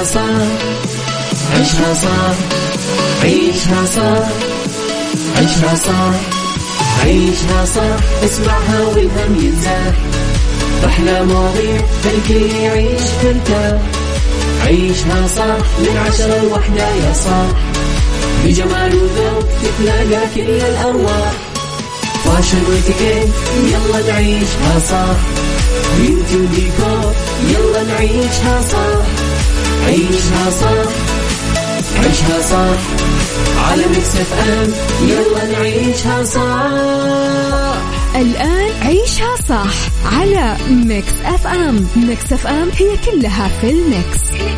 عيشها صح عيشها صح عيشها صح عيشها صح عيشها صح اسمعها والهم ينزاح أحلى مواضيع الكل يعيش ترتاح عيشها صح من 10 ل1 يا صاح بجمال وذوق تتلاقى كل الأرواح فاشل واتيكيت يلا نعيشها صح بيوتي وديكور يلا نعيشها صح عيشها صح عيشها صح على ميكس اف ام يلا نعيشها صح. الآن عيشها صح على ميكس اف ام. ميكس اف ام هي كلها في الميكس.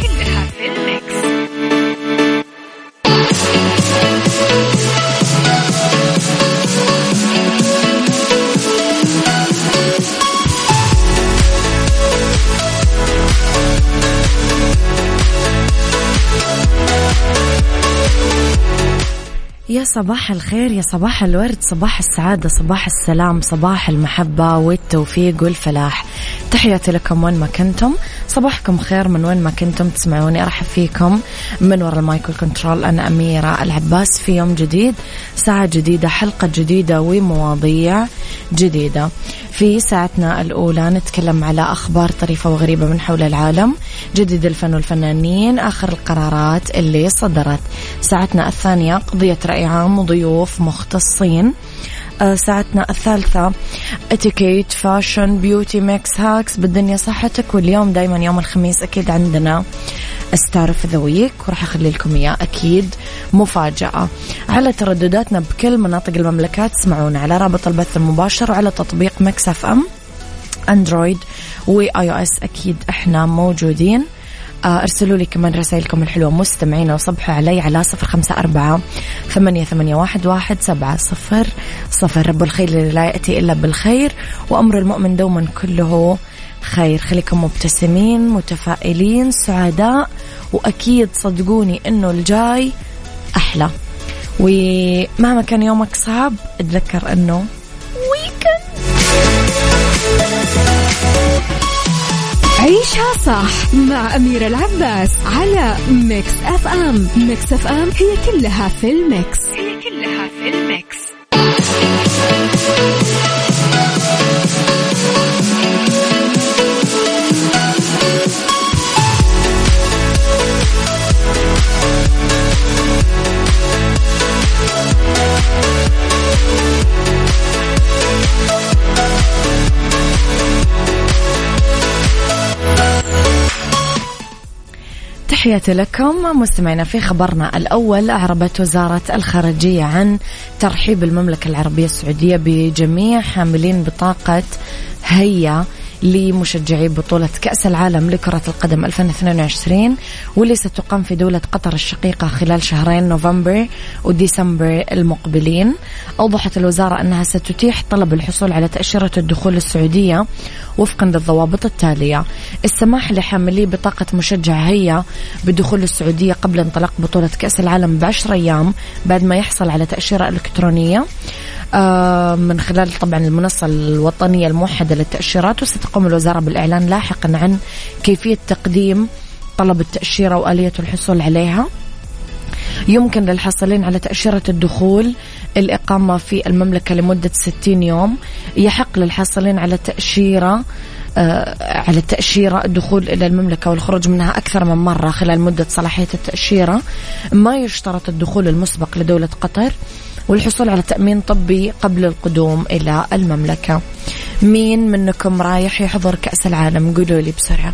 يا صباح الخير، يا صباح الورد، صباح السعادة، صباح السلام، صباح المحبة والتوفيق والفلاح. تحياتي لكم وين ما كنتم، صباحكم خير من وين ما كنتم تسمعوني. أرحب فيكم من وراء المايكل كنترول، أنا أميرة العباس في يوم جديد، ساعة جديدة، حلقة جديدة ومواضيع جديدة. في ساعتنا الأولى نتكلم على أخبار طريفة وغريبة من حول العالم، جديد الفن والفنانين، آخر القرارات اللي صدرت. ساعتنا الثانية قضية رأي عام وضيوف مختصين. ساعتنا الثالثة اتيكيت، فاشن، بيوتي، ميكس، هاكس بالدنيا صحتك. واليوم دايما يوم الخميس أكيد عندنا استعرف ذويك، وراح أخلي لكم إياه أكيد مفاجأة على تردداتنا بكل مناطق المملكة. تسمعونا على رابط البث المباشر وعلى تطبيق ميكس اف ام اندرويد واي او اس، أكيد احنا موجودين. ارسلوا لي كمان رسائلكم الحلوة مستمعين، وصبحوا علي على 0548811700. رب الخير لا يأتي إلا بالخير، وأمر المؤمن دوما كله خير. خليكم مبتسمين، متفائلين، سعداء، وأكيد صدقوني إنه الجاي أحلى. ومهما كان يومك صعب اتذكر إنه ويكند. عيشها صح مع أميرة العباس على ميكس اف ام. ميكس اف ام هي كلها في الميكس. تحياتي لكم مستمعينا. في خبرنا الأول، أعربت وزارة الخارجية عن ترحيب المملكة العربية السعودية بجميع حاملين بطاقة هيا لمشجعي بطولة كأس العالم لكرة القدم 2022 واللي ستقام في دولة قطر الشقيقة خلال شهرين نوفمبر وديسمبر المقبلين. أوضحت الوزارة أنها ستتيح طلب الحصول على تأشيرة الدخول السعودية وفقا للضوابط التالية: السماح لحاملي بطاقة مشجع هيا بدخول السعودية قبل انطلاق بطولة كأس العالم ب10 أيام بعد ما يحصل على تأشيرة إلكترونية من خلال طبعا المنصة الوطنية الموحدة للتأشيرات. وستقوم الوزارة بالإعلان لاحقا عن كيفية تقديم طلب التأشيرة وآلية الحصول عليها. يمكن للحاصلين على تأشيرة الدخول الإقامة في المملكة لمدة 60 يوم. يحق للحاصلين على تأشيرة الدخول إلى المملكة والخروج منها أكثر من مرة خلال مدة صلاحية التأشيرة. ما يشترط الدخول المسبق لدولة قطر، والحصول على تأمين طبي قبل القدوم إلى المملكة. مين منكم رايح يحضر كأس العالم؟ قولوا لي بسرعة.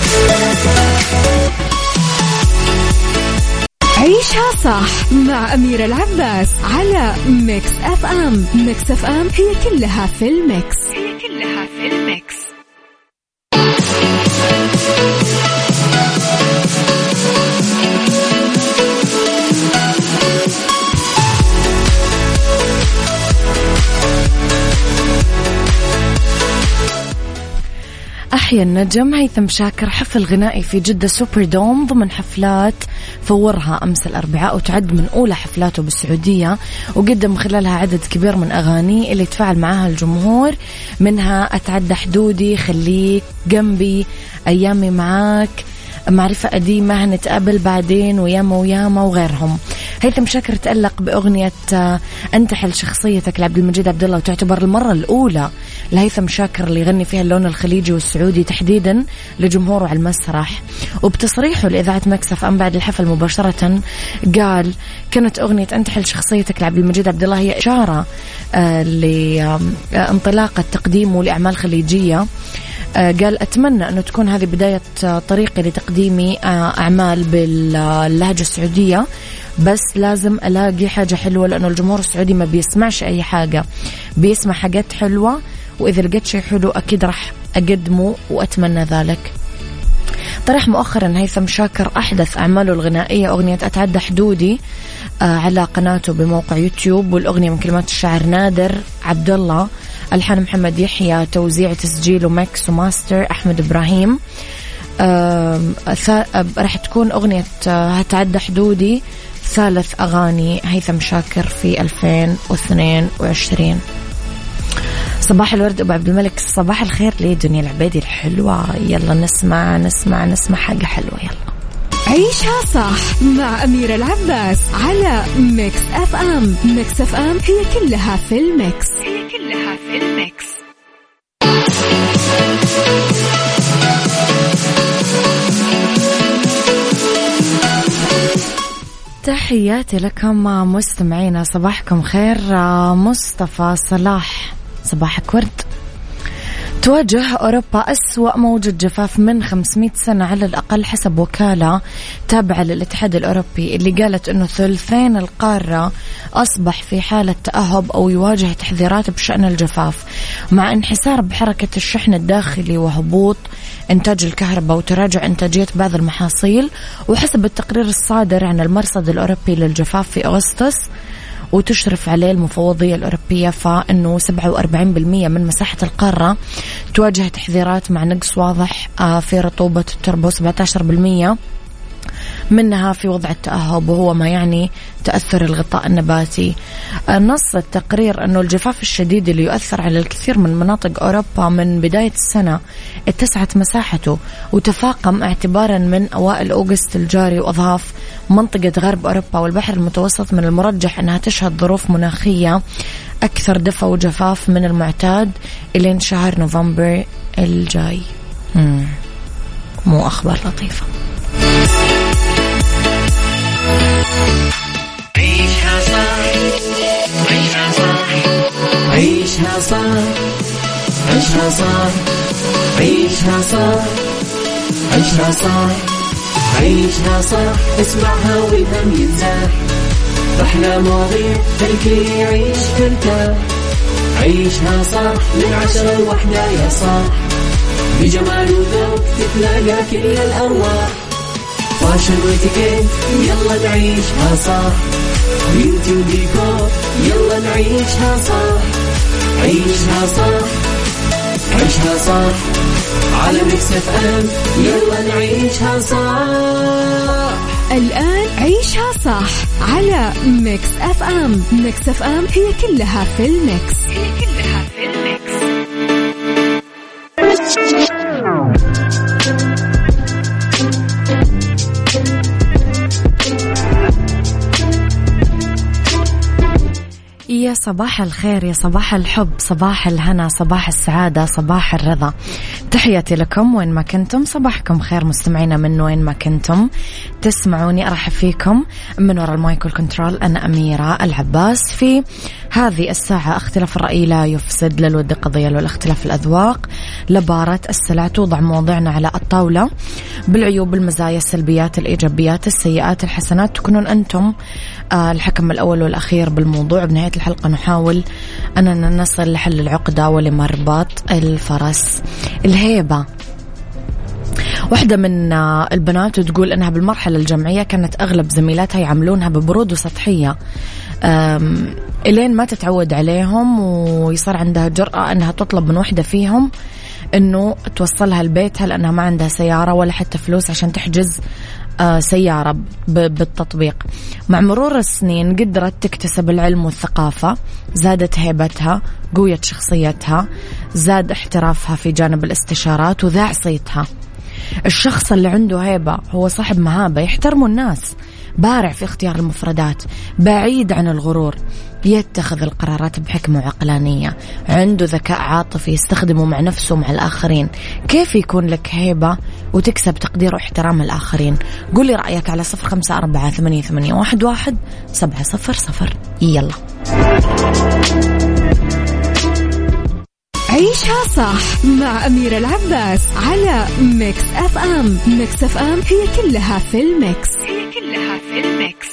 عيشها صح مع أميرة العباس على ميكس اف ام. ميكس اف ام هي كلها في الميكس. أحيا النجم هيثم شاكر حفل غنائي في جدة سوبر دوم ضمن حفلات فورها أمس الأربعاء، وتعد من أولى حفلاته بالسعودية، وقدم خلالها عدد كبير من أغاني اللي تفاعل معها الجمهور، منها أتعدى حدودي، خليك جنبي، أيامي معاك، معرفة قديمة، هنتقابل بعدين، وياما وغيرهم. هيثم شاكر تألق بأغنية أنتحل شخصيتك لعبد المجيد عبد الله، وتعتبر المرة الأولى لهيثم شاكر اللي يغني فيها اللون الخليجي والسعودي تحديدا لجمهوره على المسرح. وبتصريحه لإذاعة ميكس اف ام بعد الحفل مباشرة قال كانت أغنية أنتحل شخصيتك لعبد المجيد عبد الله هي إشارة لانطلاقة تقديمه لأعمال خليجية. قال أتمنى أنه تكون هذه بداية طريقي لتقديمي أعمال باللهجة السعودية، بس لازم ألاقي حاجة حلوة لأنه الجمهور السعودي ما بيسمعش أي حاجة، بيسمع حاجات حلوة، وإذا لقيت شيء حلو أكيد راح أقدمه وأتمنى ذلك. طرح مؤخرا هيثم شاكر أحدث أعماله الغنائية أغنية أتعدى حدودي على قناته بموقع يوتيوب، والأغنية من كلمات الشاعر نادر عبد الله، ألحان محمد يحيى، توزيع تسجيل وميكس وماستر أحمد إبراهيم. راح تكون أغنية هتعدى حدودي ثالث أغاني هيثم شاكر في 2022. صباح الورد أبو عبد الملك، صباح الخير لي دنيا العبيدي الحلوة. يلا نسمع حاجة حلوة. يلا عيشها صح مع أميرة العباس على ميكس اف ام. ميكس اف ام هي كلها في الميكس. تحياتي لكم مستمعينا، صباحكم خير. مصطفى صلاح، صباحك ورد. تواجه أوروبا أسوأ موجة جفاف من 500 سنة على الأقل حسب وكالة تابعة للاتحاد الأوروبي، اللي قالت أنه ثلثين القارة أصبح في حالة تأهب أو يواجه تحذيرات بشأن الجفاف، مع انحسار بحركة الشحن الداخلي وهبوط إنتاج الكهرباء وتراجع إنتاجية بعض المحاصيل. وحسب التقرير الصادر عن المرصد الأوروبي للجفاف في أغسطس وتشرف عليه المفوضية الأوروبية، فإنه 47% من مساحة القارة تواجه تحذيرات مع نقص واضح في رطوبة التربة، 17% منها في وضع التأهب، وهو ما يعني تأثر الغطاء النباتي. نص التقرير أنه الجفاف الشديد اللي يؤثر على الكثير من مناطق أوروبا من بداية السنة اتسعت مساحته وتفاقم اعتبارا من أوائل أغسطس الجاري، وأضاف منطقة غرب أوروبا والبحر المتوسط من المرجح أنها تشهد ظروف مناخية أكثر دفء وجفاف من المعتاد إلى شهر نوفمبر الجاي. مو أخبار لطيفة. عيشها صح، عيشها صح، عيشها صح، عيشها صح، عيشها صح، عيشها صح، عيشها صح، اسمعها والهم ينزاح، أحلى مواضيع الكل يعيش ترتاح، عيشها صح من 10 ل1 يا صاح، بجمال وذوق تتلاقى كل الأرواح، فاشل واتيكيت يلا نعيشها صح، بيوتي وديكور يلا نعيشها صح، عيشها صح، عيشها صح، على ميكس اف ام يلا نعيشها صح. الآن عيشها صح على ميكس اف ام. ميكس اف ام هي كلها في الميكس. يا صباح الخير، يا صباح الحب، صباح الهنا، صباح السعادة، صباح الرضا. تحياتي لكم وين ما كنتم، صباحكم خير مستمعينا من وين ما كنتم تسمعوني. أرحب فيكم من وراء المايك والكنترول، أنا أميرة العباس. في هذه الساعة اختلاف الرأي لا يفسد للود قضية، والاختلاف الأذواق لبارة السلع. توضع مواضيعنا على الطاولة بالعيوب، المزايا، السلبيات، الإيجابيات، السيئات، الحسنات. تكونون أنتم الحكم الأول والأخير بالموضوع. بنهاية الحلقة نحاول أننا نصل لحل العقدة ولمرباط الفرس. الهيبة، واحدة من البنات تقول أنها بالمرحلة الجامعية كانت أغلب زميلاتها يعاملونها ببرود وسطحية إلين ما تتعود عليهم ويصير عندها جرأة أنها تطلب من واحدة فيهم أنه توصلها لبيتها، لأنها ما عندها سيارة ولا حتى فلوس عشان تحجز سيارة بالتطبيق. مع مرور السنين قدرت تكتسب العلم والثقافة، زادت هيبتها، قويت شخصيتها، زاد احترافها في جانب الاستشارات، وذاع صيتها. الشخص اللي عنده هيبة هو صاحب مهابة، يحترمه الناس، بارع في اختيار المفردات، بعيد عن الغرور، يتخذ القرارات بحكمة وعقلانية، عنده ذكاء عاطفي يستخدمه مع نفسه ومع الآخرين. كيف يكون لك هيبة وتكسب تقدير واحترام الآخرين؟ قول لي رأيك على 0548811700. يلا عيشها صح مع أميرة العباس على ميكس أف أم. ميكس أف أم هي كلها في الميكس، هي كلها في الميكس.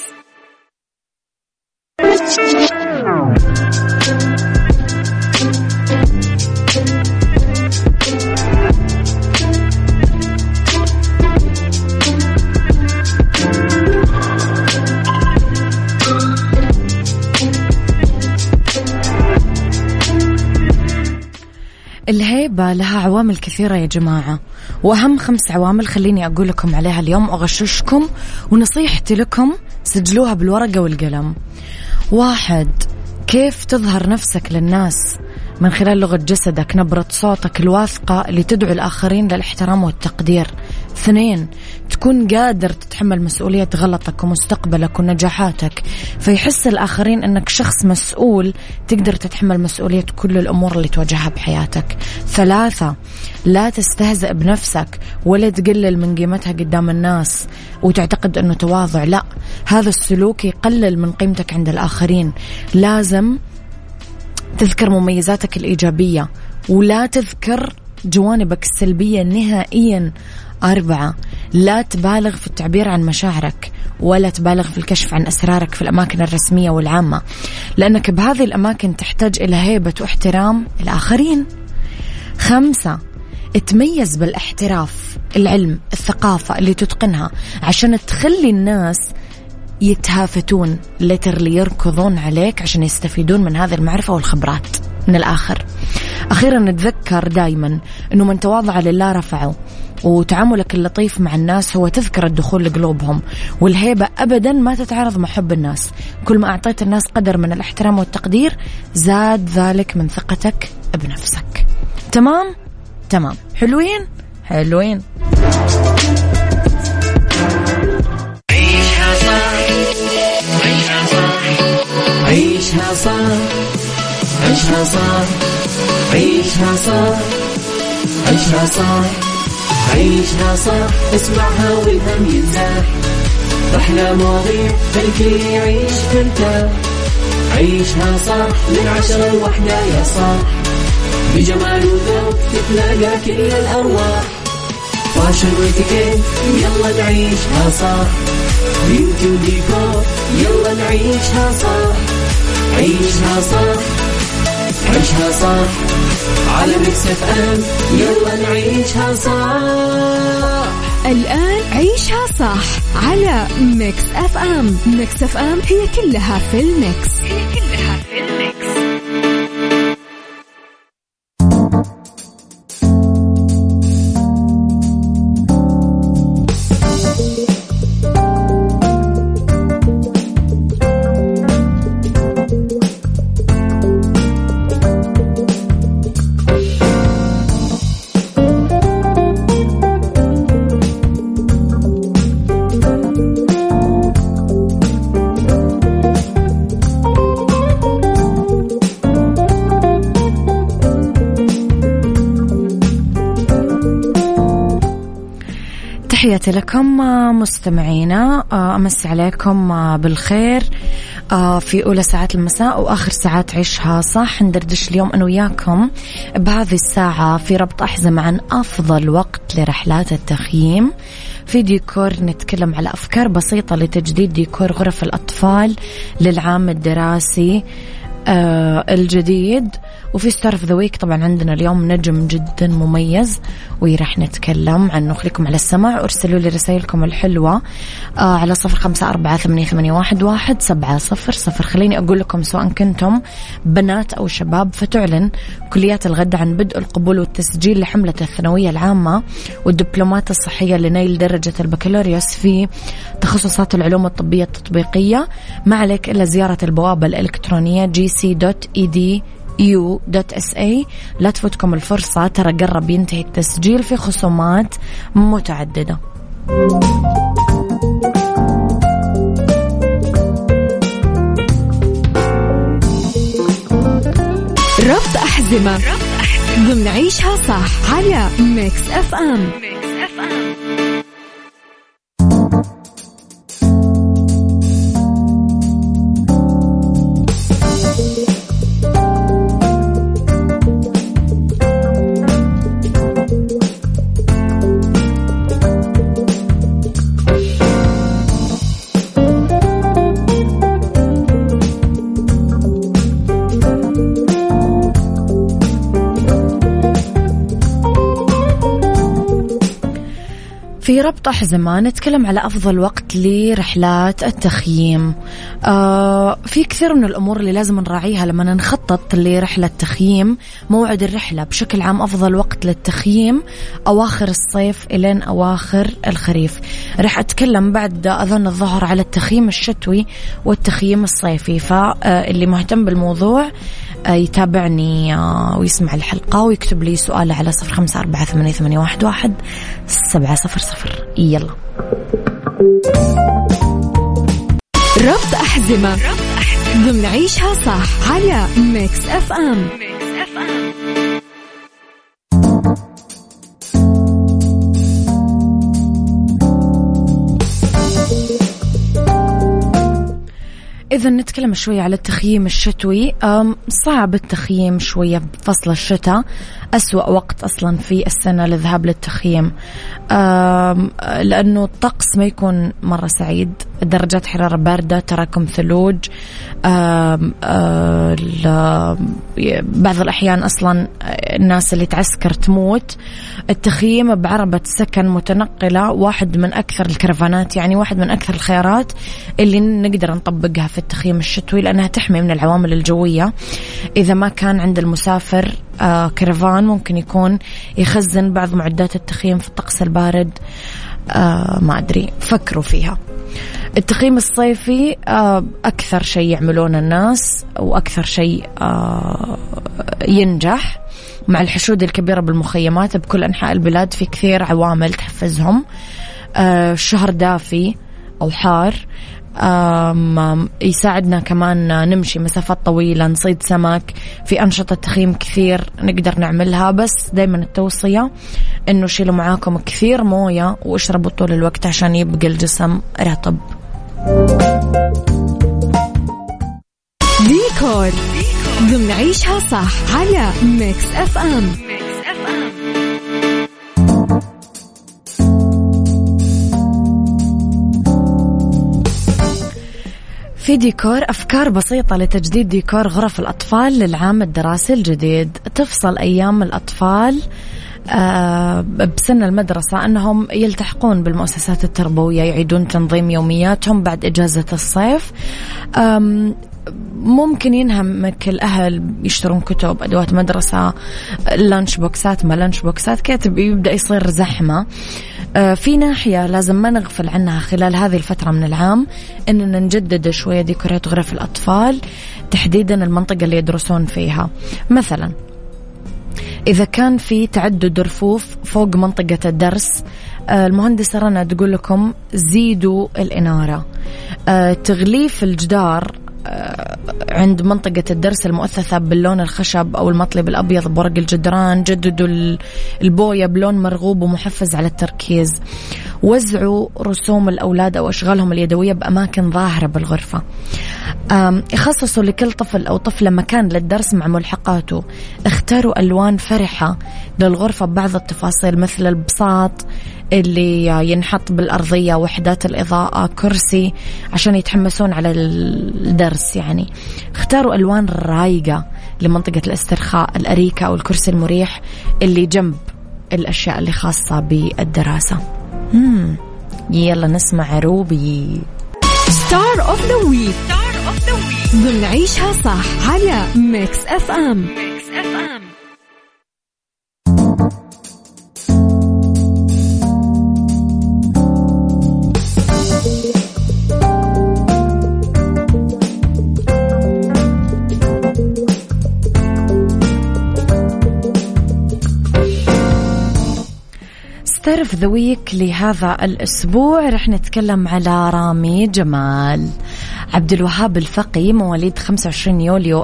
الهيبة لها عوامل كثيرة يا جماعة، وأهم 5 عوامل خليني أقول لكم عليها اليوم وأغششكم، ونصيحتي لكم سجلوها بالورقة والقلم. 1. كيف تظهر نفسك للناس من خلال لغة جسدك، نبرة صوتك الواثقة اللي تدعو الآخرين للاحترام والتقدير. 2. تكون قادر تتحمل مسؤولية غلطك ومستقبلك ونجاحاتك، فيحس الآخرين أنك شخص مسؤول تقدر تتحمل مسؤولية كل الأمور اللي تواجهها بحياتك. 3. لا تستهزئ بنفسك ولا تقلل من قيمتها قدام الناس وتعتقد أنه تواضع، لا، هذا السلوك يقلل من قيمتك عند الآخرين. لازم تذكر مميزاتك الإيجابية ولا تذكر جوانبك السلبية نهائيا. 4. لا تبالغ في التعبير عن مشاعرك ولا تبالغ في الكشف عن أسرارك في الأماكن الرسمية والعامة، لأنك بهذه الأماكن تحتاج إلى هيبة واحترام الآخرين. 5. تميز بالاحتراف، العلم، الثقافة اللي تتقنها عشان تخلي الناس يتهافتون ليترلي يركضون عليك عشان يستفيدون من هذه المعرفة والخبرات. من الآخر أخيرا نتذكر دايما أنه من تواضع لله رفعه، وتعاملك اللطيف مع الناس هو تذكر الدخول لقلوبهم، والهيبة أبدا ما تتعارض مع حب الناس. كل ما أعطيت الناس قدر من الاحترام والتقدير زاد ذلك من ثقتك بنفسك. تمام؟ تمام. حلوين؟ حلوين. عيشها صح، عيشها صح، عيشها صح، عيشها صح، عيشها صح، عيشها صح، عيشها صح، اسمعها والهم ينزاح، أحلى مواضيع خلي يعيش ترتاح. عيشها صح من 10 ل1 يا صاح، بجمال وذوق تتلاقى كل الأرواح، فاشل واتيكيت يلا نعيشها صح، بيوتي وديكور يلا نعيشها صح. عيشها صح، عيشها صح، على ميكس اف ام يلا نعيشها صح. الآن عيشها صح على ميكس أف أم. ميكس أف أم هي كلها في الميكس، هي كلها في الميكس. تحياتي لكم مستمعينا، أمسي عليكم بالخير في أولى ساعات المساء وآخر ساعات عيشها صح. ندردش اليوم أنا وياكم بهذه الساعة في ربط أحزمة عن أفضل وقت لرحلات التخييم. في ديكور نتكلم على أفكار بسيطة لتجديد ديكور غرف الأطفال للعام الدراسي الجديد. وفي ستار اوف ذا ويك طبعا عندنا اليوم نجم جدا مميز وراح نتكلم عنه. خليكم على السماع، ارسلوا لي رسائلكم الحلوة على 0548811700. خليني أقول لكم سواء كنتم بنات أو شباب، فتعلن كليات الغد عن بدء القبول والتسجيل لحملة الثانوية العامة والدبلومات الصحية لنيل درجة البكالوريوس في تخصصات العلوم الطبية التطبيقية. ما عليك إلا زيارة البوابة الإلكترونية gc.ed www.mixfu.sa. لا تفوتكم الفرصة، ترى قرب ينتهي التسجيل، في خصومات متعددة. ربط أحزمة ضمن عيشها صح على ميكس اف ام. في ربط أحزمة نتكلم على أفضل وقت لرحلات التخييم. في كثير من الأمور اللي لازم نراعيها لما نخطط لرحلة تخييم. موعد الرحلة بشكل عام، أفضل وقت للتخييم أواخر الصيف إلين أواخر الخريف. رح أتكلم بعد أظن الظهر على التخييم الشتوي والتخييم الصيفي، فاللي مهتم بالموضوع يتابعني ويسمع الحلقة ويكتب لي سؤاله على 0548811700. يلا ربط أحزمة ضمن عيشها صح على ميكس اف ام. إذا نتكلم شوية على التخييم الشتوي. صعب التخييم شوية بفصل الشتاء، أسوأ وقت أصلا في السنة للذهاب للتخييم، لأنه الطقس ما يكون مرة سعيد، درجات حرارة باردة، تراكم ثلوج، بعض الأحيان أصلا الناس اللي تعسكر تموت. التخييم بعربة سكن متنقلة واحد من أكثر الكرفانات، يعني واحد من أكثر الخيارات اللي نقدر نطبقها في التخييم الشتوي، لأنها تحمي من العوامل الجوية. إذا ما كان عند المسافر كرفان، ممكن يكون يخزن بعض معدات التخييم في الطقس البارد. ما أدري، فكروا فيها. التخييم الصيفي أكثر شيء يعملون الناس وأكثر شيء ينجح مع الحشود الكبيرة بالمخيمات بكل أنحاء البلاد. في كثير عوامل تحفزهم. الشهر دافي أو حار، يساعدنا كمان نمشي مسافات طويلة، نصيد سمك. في أنشطة تخييم كثير نقدر نعملها، بس دايما التوصية إنه شيلوا معاكم كثير موية واشربوا طول الوقت عشان يبقى الجسم رطب. ديكور ضمن عيشها صح على ميكس اف ام. في ديكور أفكار بسيطة لتجديد ديكور غرف الأطفال للعام الدراسي الجديد. تفصل أيام الأطفال بسن المدرسة أنهم يلتحقون بالمؤسسات التربوية، يعيدون تنظيم يومياتهم بعد إجازة الصيف. ممكن ينهمك الأهل يشترون كتب، أدوات مدرسة، لانش بوكسات، ما لانش بوكسات، كاتب يبدأ يصير زحمة. في ناحية لازم ما نغفل عنها خلال هذه الفترة من العام، أننا نجدد شوية ديكورات غرف الأطفال، تحديدا المنطقة اللي يدرسون فيها. مثلا إذا كان في تعدد رفوف فوق منطقة الدرس، المهندسة رنا تقول لكم زيدوا الإنارة. تغليف الجدار عند منطقة الدرس المؤثثة باللون الخشب أو المطلي بالأبيض بورق الجدران. جددوا البوية بلون مرغوب ومحفز على التركيز. وزعوا رسوم الأولاد أو أشغالهم اليدوية بأماكن ظاهرة بالغرفة. يخصصوا لكل طفل أو طفلة مكان للدرس مع ملحقاته. اختاروا ألوان فرحة للغرفة ببعض التفاصيل، مثل البساط اللي ينحط بالأرضية، وحدات الإضاءة، كرسي عشان يتحمسون على الدرس. يعني اختاروا ألوان رايقة لمنطقة الاسترخاء، الأريكة أو الكرسي المريح اللي جنب الأشياء اللي خاصة بالدراسة. يلا نسمع روبي. ستار اوف ذا ويك ضمن عيشها صح على ميكس اف ام. ستار اوف ذا ويك لهذا الأسبوع رح نتكلم على رامي جمال. عبد الوهاب الفقي مواليد 25 يوليو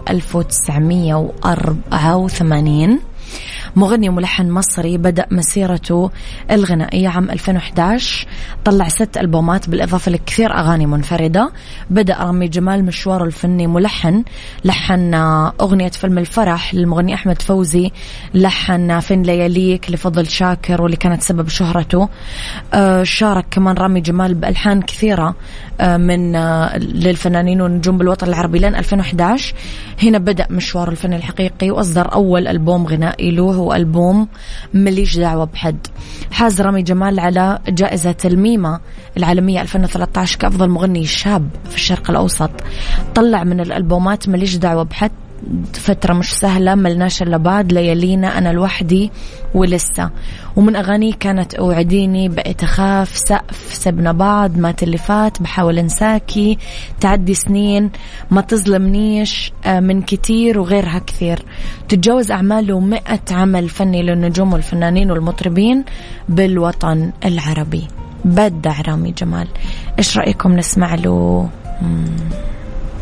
1984، مغني وملحن مصري، بدأ مسيرته الغنائية عام 2011، طلع 6 ألبومات بالإضافة لكثير أغاني منفردة. بدأ رامي جمال مشواره الفني ملحن، لحن أغنية فيلم الفرح للمغني أحمد فوزي، لحن فين لياليك لفضل شاكر واللي كانت سبب شهرته. شارك كمان رامي جمال بألحان كثيرة من للفنانين ونجوم بالوطن العربي لين 2011. هنا بدأ مشواره الفني الحقيقي وأصدر أول ألبوم غنائي له هو ألبوم مليش دعوة بحد. حاز رامي جمال على جائزة الميمة العالمية 2013 كأفضل مغني شاب في الشرق الأوسط. طلع من الألبومات مليش دعوة بحد، فترة مش سهلة، ملناش إلا بعد، ليالينا، أنا لوحدي، ولسه. ومن أغاني كانت أوعديني، بقيت أخاف، سقف، سبنا بعض، مات اللي فات، بحاول انساكي، تعدي سنين، ما تظلمنيش، من كتير، وغيرها كثير. تتجاوز أعماله 100 عمل فني للنجوم والفنانين والمطربين بالوطن العربي. بدع رامي جمال. إيش رأيكم نسمع له؟